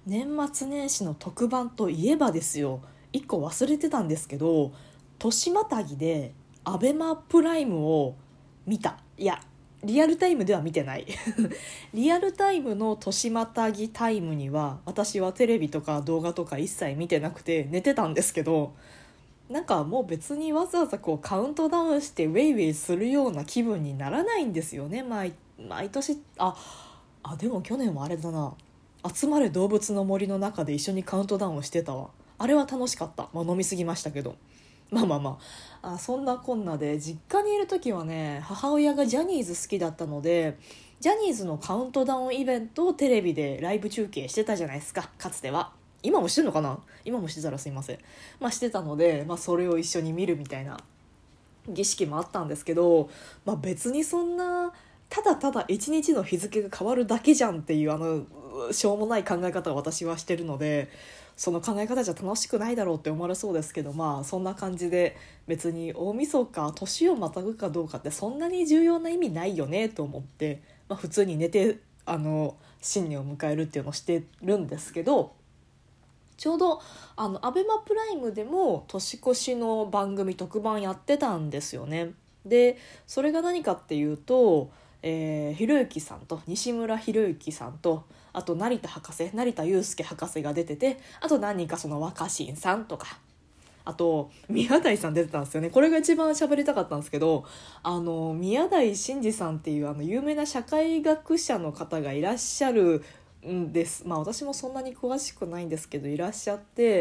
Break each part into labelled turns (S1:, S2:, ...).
S1: 年末年始の特番といえばですよ、一個忘れてたんですけど、年またぎでアベマプライムを見た。いや、リアルタイムでは見てないリアルタイムの年またぎタイムには私はテレビとか動画とか一切見てなくて寝てたんですけど、なんかもう別にわざわざこうカウントダウンしてウェイウェイするような気分にならないんですよね。毎年。でも去年はあれだな、集まれ動物の森の中で一緒にカウントダウンをしてたわ。あれは楽しかった。飲みすぎましたけど、そんなこんなで実家にいる時はね、母親がジャニーズ好きだったので、ジャニーズのカウントダウンイベントをテレビでライブ中継してたじゃないですか、かつては。今もしてるのかな。今もしてたらすいません。してたので、それを一緒に見るみたいな儀式もあったんですけど、別にそんなただただ一日の日付が変わるだけじゃんっていうしょうもない考え方を私はしてるので、その考え方じゃ楽しくないだろうって思われそうですけど、そんな感じで、別に大晦日年をまたぐかどうかってそんなに重要な意味ないよねと思って、普通に寝て新年を迎えるっていうのをしてるんですけど、ちょうどアベマプライムでも年越しの番組特番やってたんですよね。でそれが何かっていうと、ひろゆきさんと西村ひろゆきさんと、あと成田悠輔博士が出てて、あと何人かその若新さんとか、あと宮台さん出てたんですよね。これが一番喋りたかったんですけど、宮台真司さんっていう有名な社会学者の方がいらっしゃるんです。私もそんなに詳しくないんですけどいらっしゃって、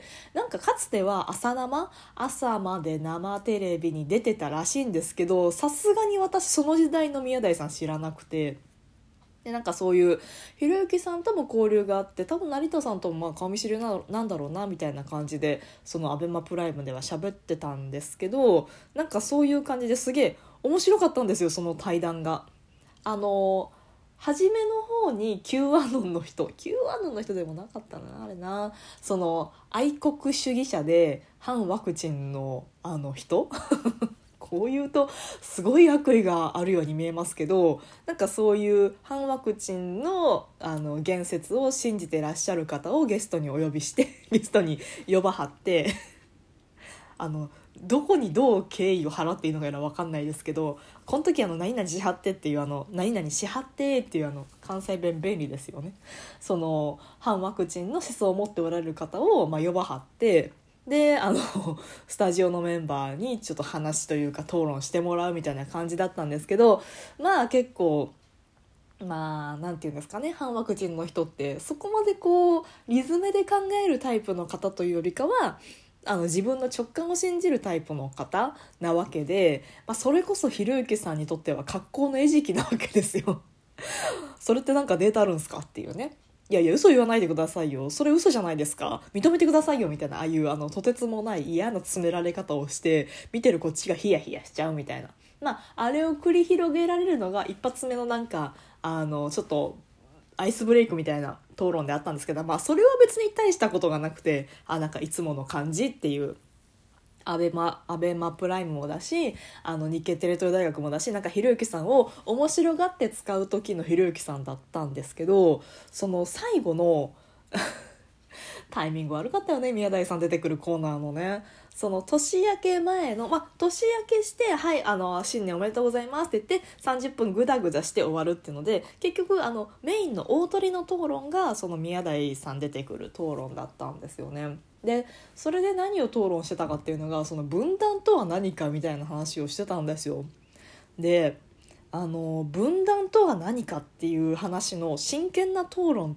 S1: なんかかつては朝まで生テレビに出てたらしいんですけど、さすがに私その時代の宮台さん知らなくて、でなんかそういうひろゆきさんとも交流があって、多分成田さんとも顔見知りなんだろうなみたいな感じで、そのアベマプライムでは喋ってたんですけど、なんかそういう感じですげえ面白かったんですよ、その対談が。初めの方に Q アノンの人でもなかったな、あれな、その愛国主義者で反ワクチンの人こう言うとすごい悪意があるように見えますけど、なんかそういう反ワクチンの言説を信じてらっしゃる方をゲストにお呼びしてゲストに呼ばはってあのどこにどう敬意を払っていいのか分かんないですけど、この時何々しはってっていう何々しはってっていう関西弁便利ですよね。その反ワクチンの思想を持っておられる方を呼ばはって、でスタジオのメンバーにちょっと話というか討論してもらうみたいな感じだったんですけど、結構なんていうんですかね、反ワクチンの人ってそこまでこうリズムで考えるタイプの方というよりかは、自分の直感を信じるタイプの方なわけで、それこそひろゆきさんにとっては格好の餌食なわけですよそれってなんかデータあるんすかっていうね。いやいや嘘言わないでくださいよ、それ嘘じゃないですか、認めてくださいよみたいな、ああいうとてつもない嫌な詰められ方をして見てるこっちがヒヤヒヤしちゃうみたいな、あれを繰り広げられるのが一発目のなんかちょっとアイスブレイクみたいな討論であったんですけど、それは別に大したことがなくて、なんかいつもの感じっていう、アベマプライムもだし、日系テレ東大学もだし、なんかひろゆきさんを面白がって使う時のひろゆきさんだったんですけど、その最後のタイミング悪かったよね、宮台さん出てくるコーナーのね。その年明け前の、年明けしてはい、新年おめでとうございますって言って30分グダグダして終わるっていうので、結局メインの大鳥の討論がその宮台さん出てくる討論だったんですよね。でそれで何を討論してたかっていうのが、その分断とは何かみたいな話をしてたんですよ。で分断とは何かっていう話の真剣な討論って、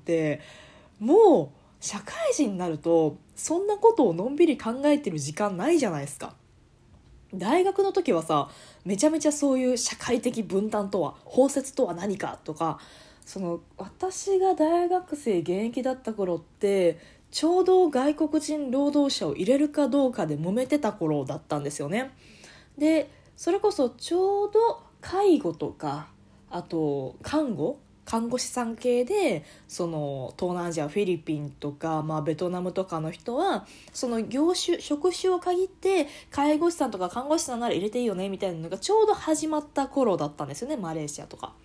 S1: もう社会人になるとそんなことをのんびり考えてる時間ないじゃないですか。大学の時はさ、めちゃめちゃそういう社会的分担とは、包摂とは何かとか、その私が大学生現役だった頃ってちょうど外国人労働者を入れるかどうかで揉めてた頃だったんですよね。でそれこそちょうど介護とか、あと看護師さん系で、その東南アジアフィリピンとか、ベトナムとかの人はその職種を限って介護士さんとか看護師さんなら入れていいよねみたいなのがちょうど始まった頃だったんですよね、マレーシアとか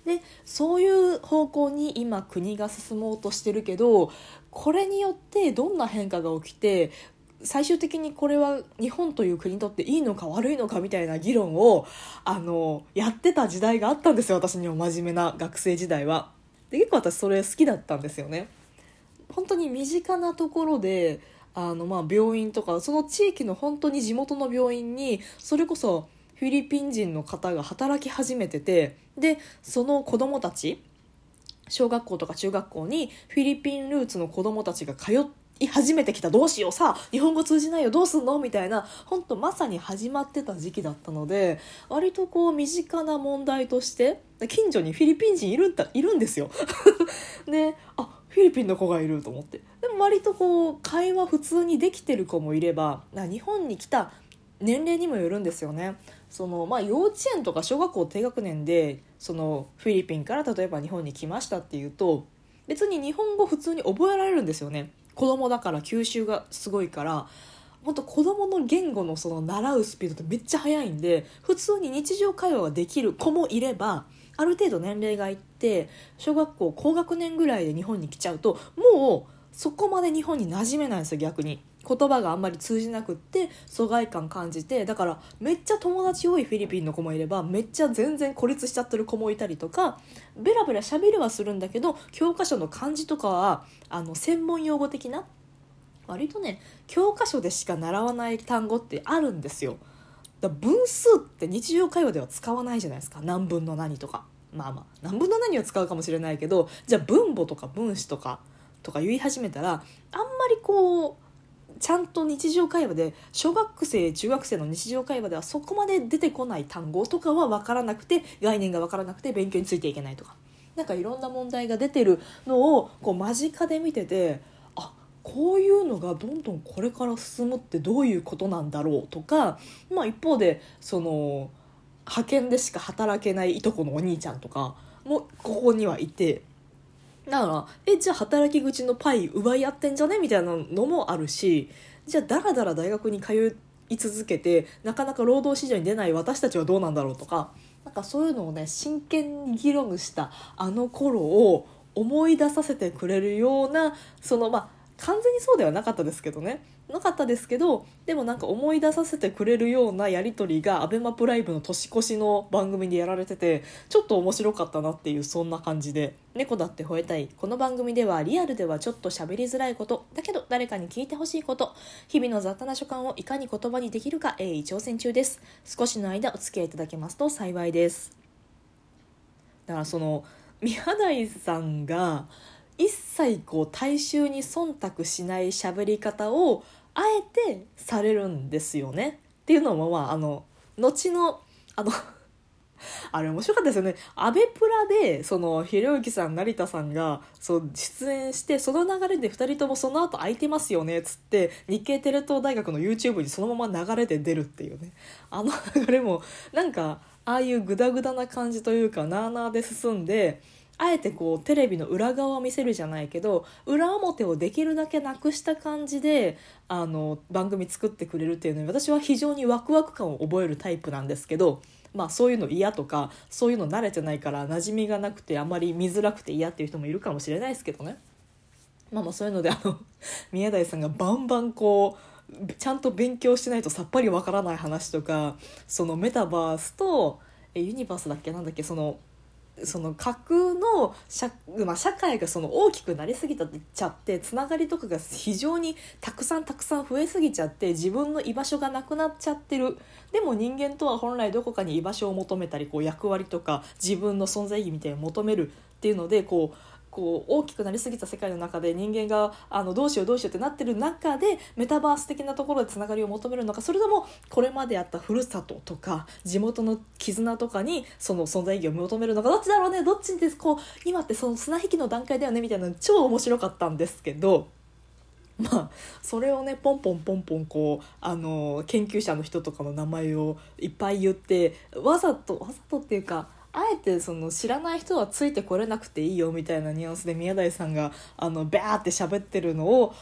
S1: でそういう方向に今国が進もうとしてるけど、これによってどんな変化が起きて最終的にこれは日本という国にとっていいのか悪いのかみたいな議論をやってた時代があったんですよ、私には。真面目な学生時代は。で結構私それ好きだったんですよね。本当に身近なところで病院とかその地域の本当に地元の病院にそれこそフィリピン人の方が働き始めてて、でその子どもたち、小学校とか中学校にフィリピンルーツの子どもたちが通い始めてきた、どうしようさ日本語通じないよどうすんのみたいな、本当まさに始まってた時期だったので、割とこう身近な問題として近所にフィリピン人いるんですよでフィリピンの子がいると思って、でも割とこう会話普通にできてる子もいれば、日本に来た年齢にもよるんですよね。幼稚園とか小学校低学年でフィリピンから例えば日本に来ましたっていうと、別に日本語普通に覚えられるんですよね。子供だから吸収がすごいから、本当子供の言語の習うスピードってめっちゃ速いんで、普通に日常会話ができる子もいれば、ある程度年齢がいって小学校高学年ぐらいで日本に来ちゃうと、もうそこまで日本に馴染めないんですよ。逆に言葉があんまり通じなくって疎外感感じて、だからめっちゃ友達多いフィリピンの子もいれば、めっちゃ全然孤立しちゃってる子もいたりとか、ベラベラ喋りはするんだけど教科書の漢字とかは専門用語的な、割とね教科書でしか習わない単語ってあるんですよ。分数って日常会話では使わないじゃないですか。何分の何とか、何分の何は使うかもしれないけど、じゃあ分母とか分子とか言い始めたら、あんまりこうちゃんと日常会話で、小学生中学生の日常会話ではそこまで出てこない単語とかは分からなくて、概念が分からなくて勉強についていけないとか、なんかいろんな問題が出てるのをこう間近で見てて、こういうのがどんどんこれから進むってどういうことなんだろうとか、一方で派遣でしか働けないいとこのお兄ちゃんとかもここにはいて、だからじゃあ働き口のパイ奪い合ってんじゃねみたいなのもあるし、じゃあだらだら大学に通い続けてなかなか労働市場に出ない私たちはどうなんだろうとか、なんかそういうのをね真剣に議論した頃を思い出させてくれるような、完全にそうではなかったですけどでもなんか思い出させてくれるようなやり取りがアベマプライムの年越しの番組でやられてて、ちょっと面白かったなっていう、そんな感じで。猫だって吠えたい。この番組ではリアルではちょっと喋りづらいことだけど誰かに聞いてほしいこと、日々の雑多な所感をいかに言葉にできるか鋭意挑戦中です。少しの間お付き合いいただけますと幸いです。だから宮台さんが一切大衆に忖度しない喋り方をあえてされるんですよね。っていうのも後のあれ面白かったですよね。アベプラでひろゆきさん成田さんが出演して、その流れで2人ともその後空いてますよねっつって日系テレ東大学の YouTube にそのまま流れで出るっていうね、流れもなんかああいうグダグダな感じというか、なあなあで進んで、あえてテレビの裏側を見せるじゃないけど裏表をできるだけなくした感じで番組作ってくれるっていうのに、私は非常にワクワク感を覚えるタイプなんですけど、そういうの嫌とかそういうの慣れてないから馴染みがなくてあまり見づらくて嫌っていう人もいるかもしれないですけどね。そういうので宮台さんがバンバンちゃんと勉強してないとさっぱりわからない話とか、メタバースとユニバースだっけなんだっけ、架空の社会が大きくなりすぎちゃってつながりとかが非常にたくさん増えすぎちゃって、自分の居場所がなくなっちゃってる。でも人間とは本来どこかに居場所を求めたり役割とか自分の存在意義みたいなのを求めるっていうので大きくなりすぎた世界の中で人間がどうしようってなってる中でメタバース的なところでつながりを求めるのか、それともこれまであったふるさととか地元の絆とかにその存在意義を求めるのか、どっちだろうね、どっちです今って綱引きの段階だよねみたいな、超面白かったんですけど、それをねポンポン研究者の人とかの名前をいっぱい言って、わざとっていうかあえて知らない人はついてこれなくていいよみたいなニュアンスで宮台さんがバーって喋ってるのを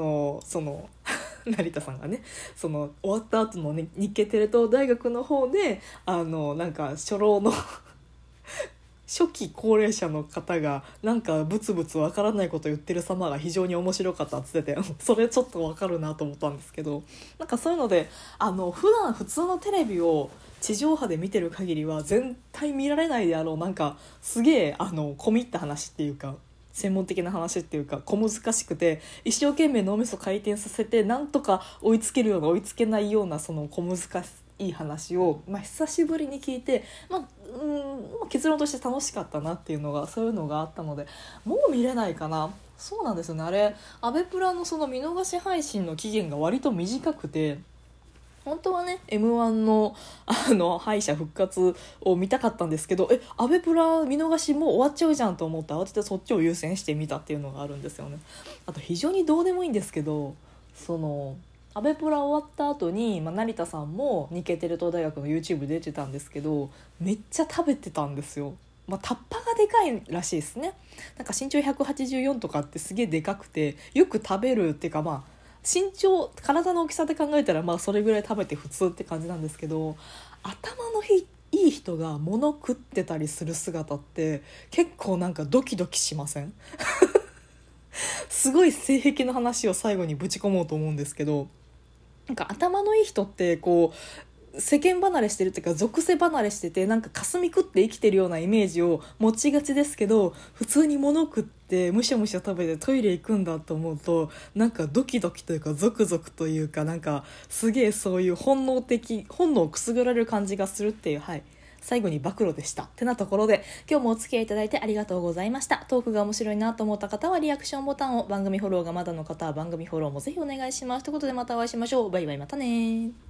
S1: 成田さんがね終わった後の、ね、日系テレ東大学の方でなんか初老の初期高齢者の方がなんかブツブツわからないこと言ってる様が非常に面白かったって言っててそれちょっとわかるなと思ったんですけど、なんかそういうので普通のテレビを地上波で見てる限りは絶対見られないであろう、なんかすげえ込み入った話っていうか専門的な話っていうか小難しくて一生懸命脳みそ回転させてなんとか追いつけるような追いつけないようなその小難しい話を、久しぶりに聞いて、結論として楽しかったなっていうのがそういうのがあったので、もう見れないかな。そうなんですよね、あれアベプラのその見逃し配信の期限が割と短くて、本当はね M1 の敗者復活を見たかったんですけど、アベプラ見逃しもう終わっちゃうじゃんと思って慌ててそっちを優先してみたっていうのがあるんですよね。あと非常にどうでもいいんですけど、そのアベプラ終わった後に、成田さんも日系テレ東大学の YouTube 出てたんですけど、めっちゃ食べてたんですよ。タッパがでかいらしいですね。なんか身長184とかってすげえでかくてよく食べるっていうか、身長体の大きさで考えたらそれぐらい食べて普通って感じなんですけど、頭のいい人が物食ってたりする姿って結構なんかドキドキしません？すごい性癖の話を最後にぶち込もうと思うんですけど、なんか頭のいい人ってこう世間離れしてるっていうか属性離れしてて、なんか霞食って生きてるようなイメージを持ちがちですけど、普通に物食ってむしゃむしゃ食べてトイレ行くんだと思うとなんかドキドキというかゾクゾクというか、なんかすげえそういう本能をくすぐられる感じがするっていう、最後に暴露でしたってなところで、今日もお付き合いいただいてありがとうございました。トークが面白いなと思った方はリアクションボタンを、番組フォローがまだの方は番組フォローもぜひお願いします。ということでまたお会いしましょう。バイバイ、またね。